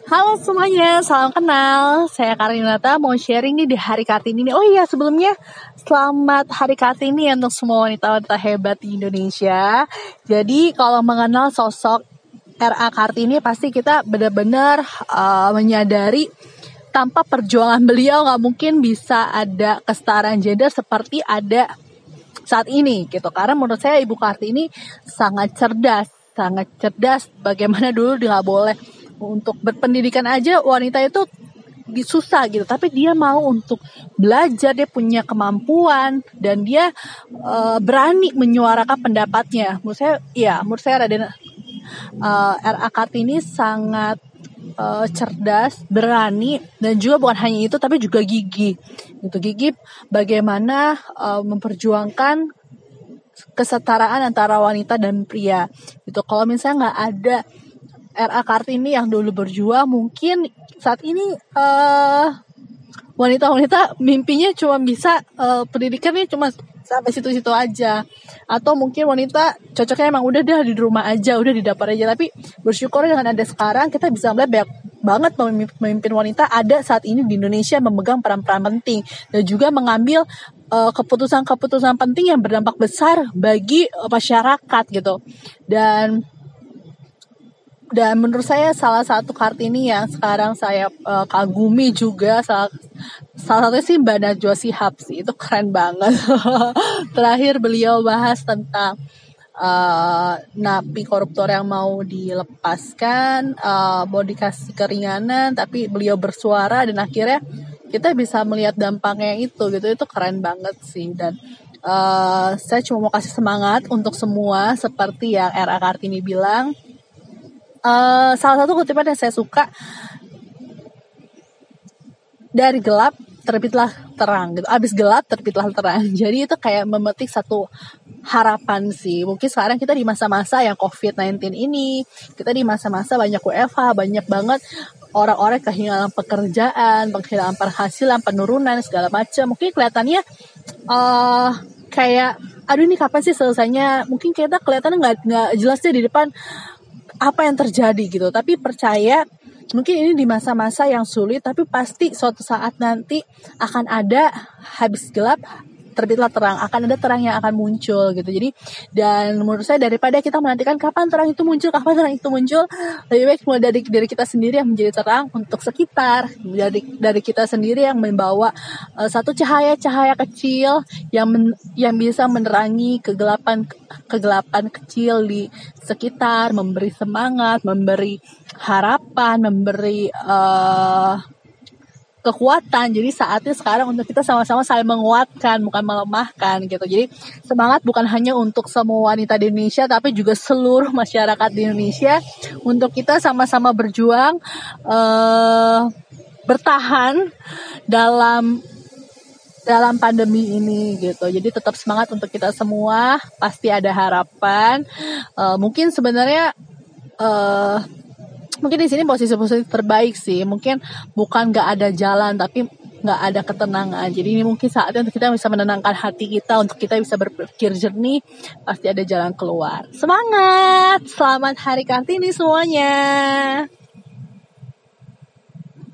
Halo semuanya, salam kenal. Saya Karinata mau sharing nih di Hari Kartini nih. Oh iya, sebelumnya selamat Hari Kartini untuk semua wanita-wanita hebat di Indonesia. Jadi kalau mengenal sosok R.A. Kartini pasti kita benar-benar menyadari tanpa perjuangan beliau nggak mungkin bisa ada kesetaraan gender seperti ada saat ini gitu. Karena menurut saya Ibu Kartini sangat cerdas. Bagaimana dulu dia nggak boleh untuk berpendidikan aja wanita itu susah gitu, tapi dia mau untuk belajar, dia punya kemampuan dan dia berani menyuarakan pendapatnya. Menurut saya Raden R.A. Kartini sangat cerdas, berani, dan juga bukan hanya itu tapi juga gigih. Gigih bagaimana memperjuangkan kesetaraan antara wanita dan pria. Gitu. Kalau misalnya nggak ada R.A. Kartini yang dulu berjuang, mungkin saat ini wanita-wanita mimpinya cuma bisa pendidikannya cuma sampai situ-situ aja, atau mungkin wanita cocoknya emang udah di rumah aja, udah di dapur aja. Tapi bersyukur dengan ada sekarang kita bisa melihat banyak banget pemimpin wanita ada saat ini di Indonesia memegang peran-peran penting dan juga mengambil keputusan-keputusan penting yang berdampak besar bagi masyarakat gitu. Dan menurut saya salah satu Kartini yang sekarang saya kagumi juga salah satunya sih Mbak Najwa Shihab sih, itu keren banget. Terakhir beliau bahas tentang napi koruptor yang mau dilepaskan, mau dikasih keringanan, tapi beliau bersuara dan akhirnya kita bisa melihat dampaknya itu keren banget sih. Dan saya cuma mau kasih semangat untuk semua seperti yang R.A. Kartini bilang. Salah satu kutipan yang saya suka, dari gelap terbitlah terang gitu. Abis gelap terbitlah terang. Jadi itu kayak memetik satu harapan sih. Mungkin sekarang kita di masa-masa yang COVID-19 ini, kita di masa-masa banyak WFH, banyak banget orang-orang kehilangan pekerjaan, kehilangan penghasilan, penurunan segala macam. Mungkin kelihatannya kayak aduh ini kapan sih selesainya? Mungkin kita kelihatannya nggak jelas deh di depan apa yang terjadi gitu. Tapi percaya mungkin ini di masa-masa yang sulit, tapi pasti suatu saat nanti akan ada, habis gelap terbitlah terang, akan ada terang yang akan muncul gitu. Jadi dan menurut saya daripada kita menantikan kapan terang itu muncul, lebih baik mulai dari diri kita sendiri yang menjadi terang untuk sekitar, dari kita sendiri yang membawa satu cahaya kecil yang bisa menerangi kegelapan kecil di sekitar, memberi semangat, memberi harapan, memberi kekuatan. Jadi saatnya sekarang untuk kita sama-sama saling menguatkan, bukan melemahkan gitu. Jadi semangat bukan hanya untuk semua wanita di Indonesia, tapi juga seluruh masyarakat di Indonesia untuk kita sama-sama berjuang, bertahan dalam pandemi ini gitu. Jadi tetap semangat untuk kita semua, pasti ada harapan. Mungkin sebenarnya mungkin di sini posisi terbaik sih. Mungkin bukan nggak ada jalan, tapi nggak ada ketenangan. Jadi ini mungkin saatnya untuk kita bisa menenangkan hati kita, untuk kita bisa berpikir jernih. Pasti ada jalan keluar. Semangat! Selamat Hari Kartini semuanya!